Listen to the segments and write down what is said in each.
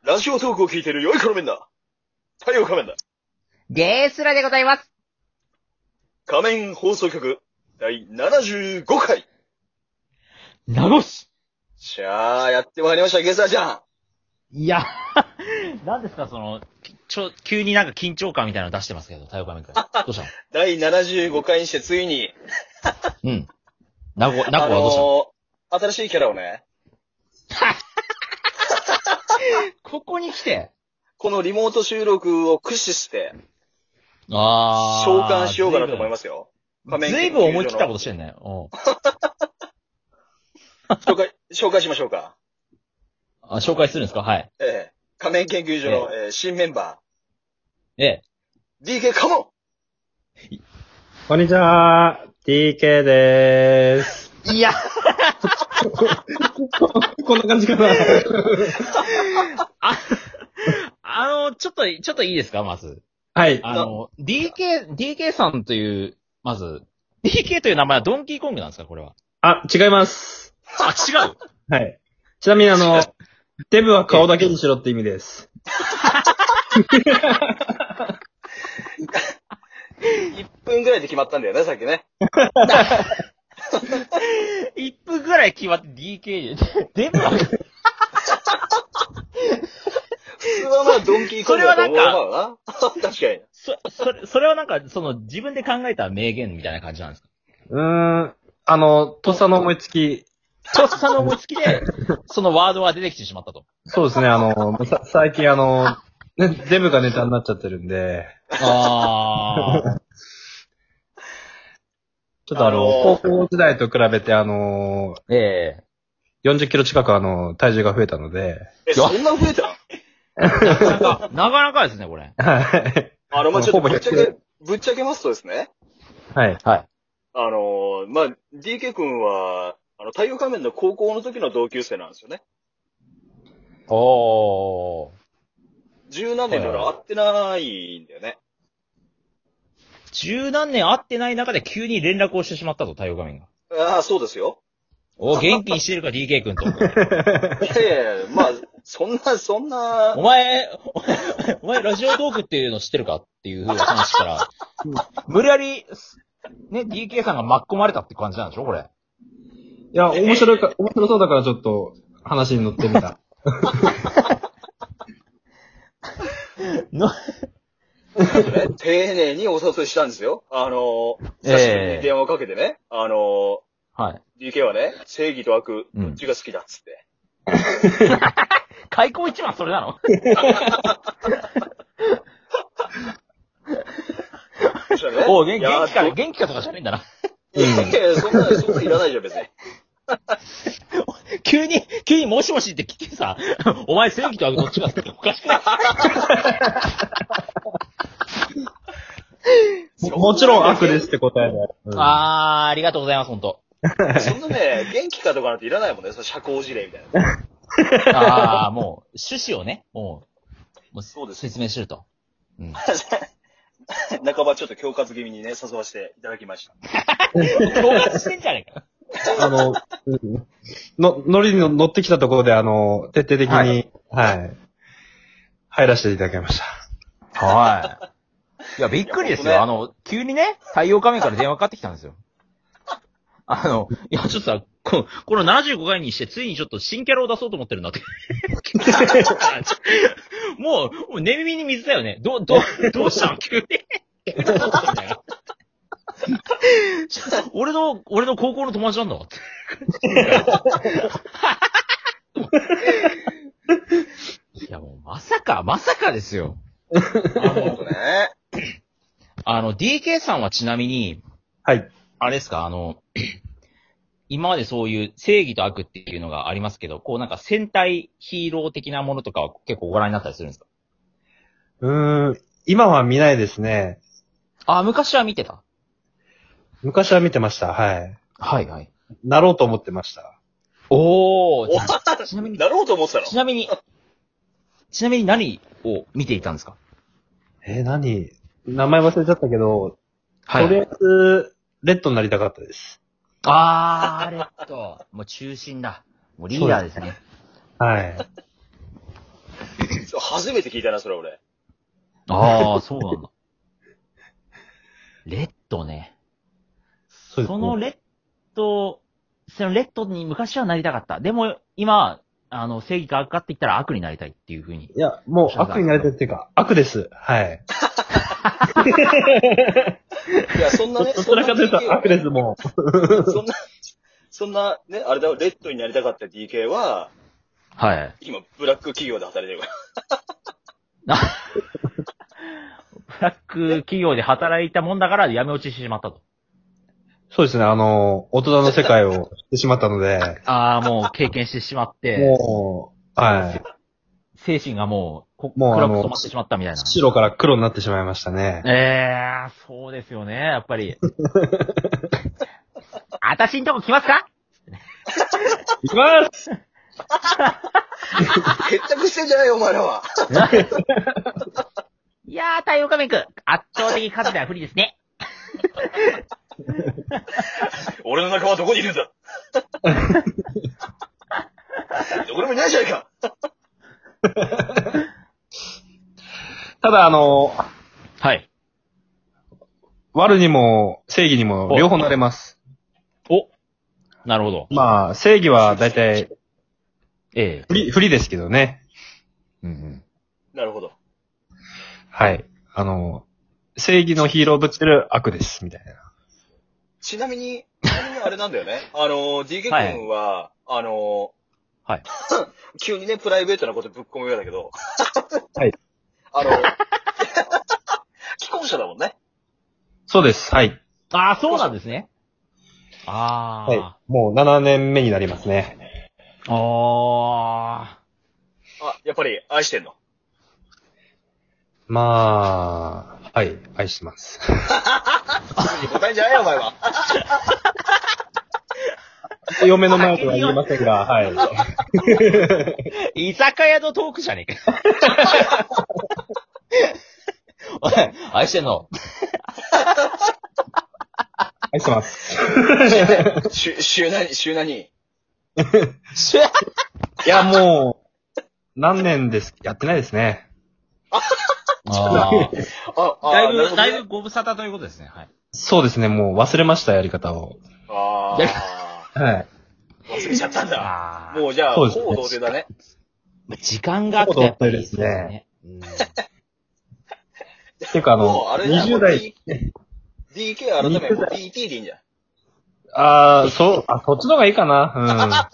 ラジオトークを聞いている良い子のみんな。太陽仮面だ。 ゲースラでございます。 仮面放送局第75回。 名越。 しゃー、やってまいりました、ゲスラちゃん。 いや、何ですか、急になんか緊張感みたいなの出してますけど、太陽仮面くん。どうしたの？ 第75回にしてついに。 うん。ナコはどうしたの？ 新しいキャラをね。 ここに来て。 このリモート収録を駆使して、召喚しようかなと思いますよ。 ずいぶん思い切ったことしてんね。 紹介しましょうか。 紹介するんですか？はい。 仮面研究所の、新メンバー。 DK カモン！ こんにちは、DK でーす。 いやこんな感じかな。 ちょっといいですか、まず。 はい。 DK さんという、まず、DK という名前はドンキーコングなんですか、これは。 違います。 違う。 はい。ちなみにデブは顔だけにしろって意味です。 1分ぐらいで決まったんだよね、さっきね。 1分ぐらい決まって DK で。デブは普通はまあドンキーコングだと思うな。確かに。 それはなんか、自分で考えた名言みたいな感じなんですか？ とっさの思いつき。 とっさの思いつきで、そのワードが出てきてしまったと。 そうですね、最近デブがネタになっちゃってるんで。ちょっと高校時代と比べて40キロ近く体重が増えたので。 そんな増えた？ なかなかですね、これ。 はい。 まあ、ちょっとぶっちゃけますとですね。 はい。 はい。 まあ、DK 君は、太陽仮面の高校の時の同級生なんですよね。十何年だから会ってないんだよね。 十何年会ってない中で急に連絡をしてしまったと、太陽仮面が。 ああ、そうですよ。 元気にしてるか、DK 君と。 いや、まあ、そんな。 お前、ラジオトークっていうの知ってるかっていう話から、無理やり、ね、DK さんが巻き込まれたって感じなんでしょ、これ。 いや、面白そうだからちょっと話に乗ってみた。 丁寧にお誘いしたんですよ。久しぶりに電話をかけてね。 はい。 DK はね、正義と悪、どっちが好きだっつって。 開口一番それなの？元気かとかじゃないんだな。 いや、そんないらないじゃん、別に。 急にもしもしって来てさ、お前正義と悪どっちが好き？おかしくない？ もちろん悪ですって答えだよ。 ありがとうございます、ほんと。 そんなね、元気かとかなんていらないもんね、社交辞令みたいな。もう、趣旨をね、もうそうです。 説明すると。 半ばちょっと恐喝気味にね、誘わせていただきました。 恐喝してんじゃねえか。 ノリに乗ってきたところで、徹底的に、入らせていただきました。 はい。いや、びっくりですよ。急にね、太陽仮面から電話かかってきたんですよ。いや、ちょっとさ、この75回にして、ついにちょっと新キャラを出そうと思ってるんだって。もう寝耳に水だよね。どうしたの急に。俺の高校の友達なんだわって。いや、もうまさかですよ。DK さんはちなみに、 はい。 あれですか、今までそういう正義と悪っていうのがありますけど、こうなんか戦隊ヒーロー的なものとかは結構ご覧になったりするんですか？ 今は見ないですね。 昔は見てた？ 昔は見てました。はい。 はいはい。 なろうと思ってました。 ちなみに。なろうと思ってたの？ ちなみに何を見ていたんですか？ 何？名前忘れちゃったけど、 はい。 とりあえず、レッドになりたかったです。 レッド。もう中心だ。もうリーダーですね。 はい。 初めて聞いたな、それ俺。 ああ、そうなんだ。レッドね。そのレッドに昔はなりたかった。でも、今、正義か悪かって言ったら悪になりたいっていう風に。 いや、もう悪になりたいっていうか、悪です。はい。 いや、そんなね。 どちらかというと悪です、もう。 そんな、ね、あれだ、レッドになりたかった DK は、 はい。 今、ブラック企業で働いてるから。 ブラック企業で働いたもんだから辞め落ちしてしまったと。 そうですね、大人の世界を知ってしまったので。 ああ、もう経験してしまって。 もう、はい。 精神がもう黒く染まってしまったみたいな。 白から黒になってしまいましたね。 そうですよね、やっぱり。あたしんとこ来ますか？ 行きますへったくしてんじゃないよ、お前らは。 いやー、太陽仮面くん、圧倒的数では不利ですね。 俺の仲間はどこにいるんだどこでもいないじゃないか。 ただはい。 悪にも正義にも両方なれます。 お、なるほど。 まあ、正義はだいたい、不利ですけどね。 うんうん。なるほど。 はい。正義のヒーローぶってる悪です、みたいな。 ちなみにあれなんだよね。DK 君は、 はい。 急にね、プライベートなことぶっ込むようだけど。 はい。 既婚者だもんね。 そうです、はい。 ああ、そうなんですね。ああ。 はい。もう7年目になりますね。 あ、 やっぱり愛してんの？ まあ、はい、愛してます。 すぐに答えんじゃないよ、お前は。 嫁の前では言いませんが、はい。 居酒屋のトークじゃねえか。おい、愛してんの？ 愛してます。 週何いや、もう、何年です、やってないですね。 だいぶご無沙汰ということですね。はい。 そうですね、もう忘れました、やり方を。 はい。忘れちゃったんだ。もうじゃあ、ほぼ童貞だね。 時間があってやっぱりですね。 ていうか20代。 DK 改め、DT でいいんじゃん。 そっちの方がいいかな。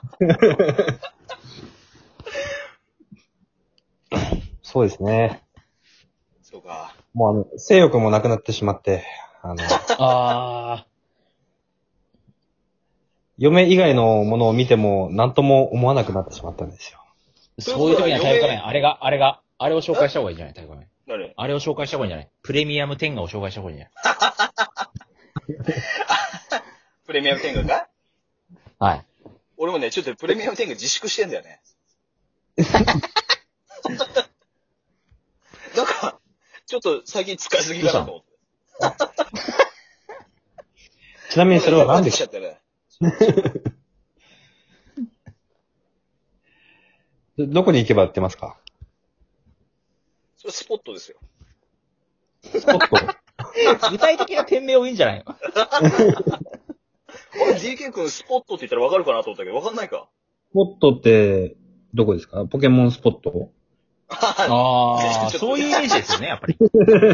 そうですね。 そうか。 もう性欲もなくなってしまって、嫁以外のものを見ても何とも思わなくなってしまったんですよ。 そういう時には太陽仮面、あれを紹介した方がいいんじゃない？太陽仮面。何？あれを紹介した方がいいんじゃない？プレミアム天下を紹介した方がいいんじゃない？ プレミアム天下か？ はい。 俺もね、ちょっとプレミアム天下自粛してんだよね。なんか、ちょっと最近使いすぎかなと思って。 ちなみにそれは何でしょう？どこに行けば売ってますか？ それスポットですよ。 スポット具体的な店名をいいんじゃないの？ DK 君スポットって言ったらわかるかなと思ったけど、わかんないか。 スポットって、どこですか？ポケモンスポット？ そういうイメージですよね、やっぱり。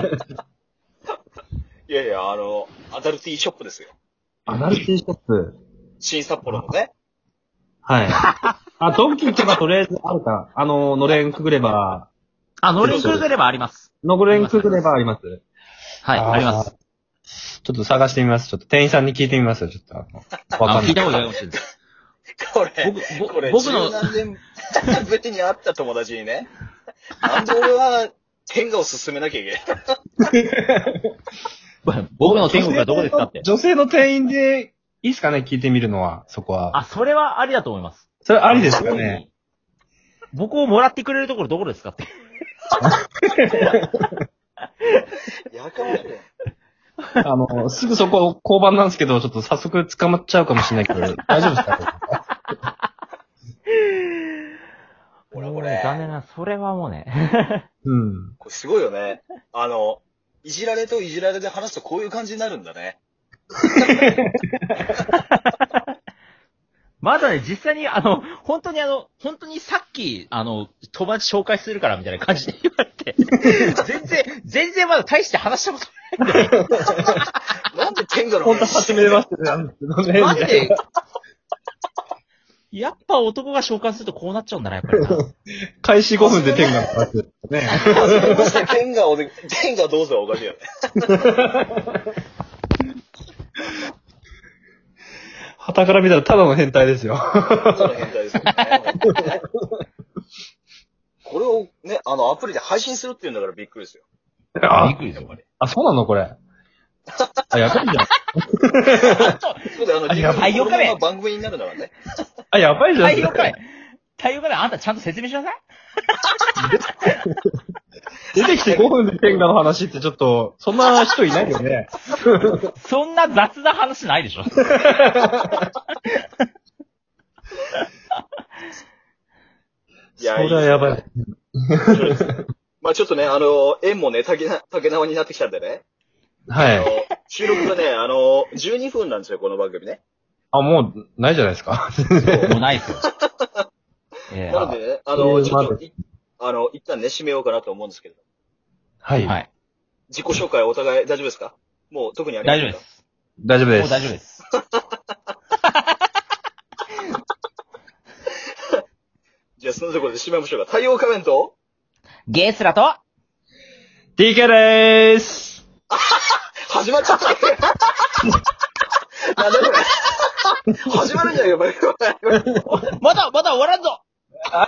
いやいや、アダルティーショップですよ。 アダルティーショップ？ 新札幌のね。 はい。ドンキ行けばとりあえずあるか。のれんくぐれば。 のれんくぐればあります。 のれんくぐればあります。 はい、あります。 ちょっと探してみます。ちょっと店員さんに聞いてみますよ、ちょっと。 わかんない。聞いた方がいいかもしれない。 僕の何年ぶりに会った友達にね、なんで俺は天下を進めなきゃいけない。 僕の天国はどこですかって。 女性の店員でいいですかね、聞いてみるのは、そこは。 それはありだと思います。 それありですよね。 僕をもらってくれるところどこですかって。 やかましい。 すぐそこ交番なんですけど、ちょっと早速捕まっちゃうかもしれないけど、大丈夫ですか？ ほらこれ。 残念な、それはもうね。 うん。 これすごいよね。いじられといじられで話すとこういう感じになるんだね。 まだね、実際に本当にさっき、友達紹介するからみたいな感じで言われて、全然まだ大して話したことないんで。 なんで天下の本当初めましてなんですけどね。 なんで、やっぱ男が召喚するとこうなっちゃうんだな、やっぱりな。 開始5分で天下の話ですね。 天下どうぞはおかしいよね。 旗から見たらただの変態ですよ。 ただの変態ですよね。これをね、アプリで配信するっていうんだからびっくりですよ。 びっくりですよ、これ。 あ、そうなのこれ。あ、やばいじゃん。 そうだよ、 4日目。 番組になるならね。 あ、やばいじゃん。 太陽カメ、あんたちゃんと説明しなさい。 出てきて5分で天下の話ってちょっと、そんな人いないよね。 そんな雑な話ないでしょ。 いや、それはやばい。 まあちょっとね、縁もね、竹縄になってきたんでね。 はい。 収録がね、12分なんですよ、この番組ね。 あ、もう、ないじゃないですか。 もうないですよ。 なのでね、ちょっと、一旦ね、締めようかなと思うんですけど。 はい。はい。 自己紹介お互い大丈夫ですか？もう特にありませんか？ 大丈夫です。 もう大丈夫です。 じゃあ、そのところで締めましょうか。太陽仮面とゲースラと TK でーす。 始まっちゃった。なんだこれ。始まるんじゃないか、 まだ終わらんぞ。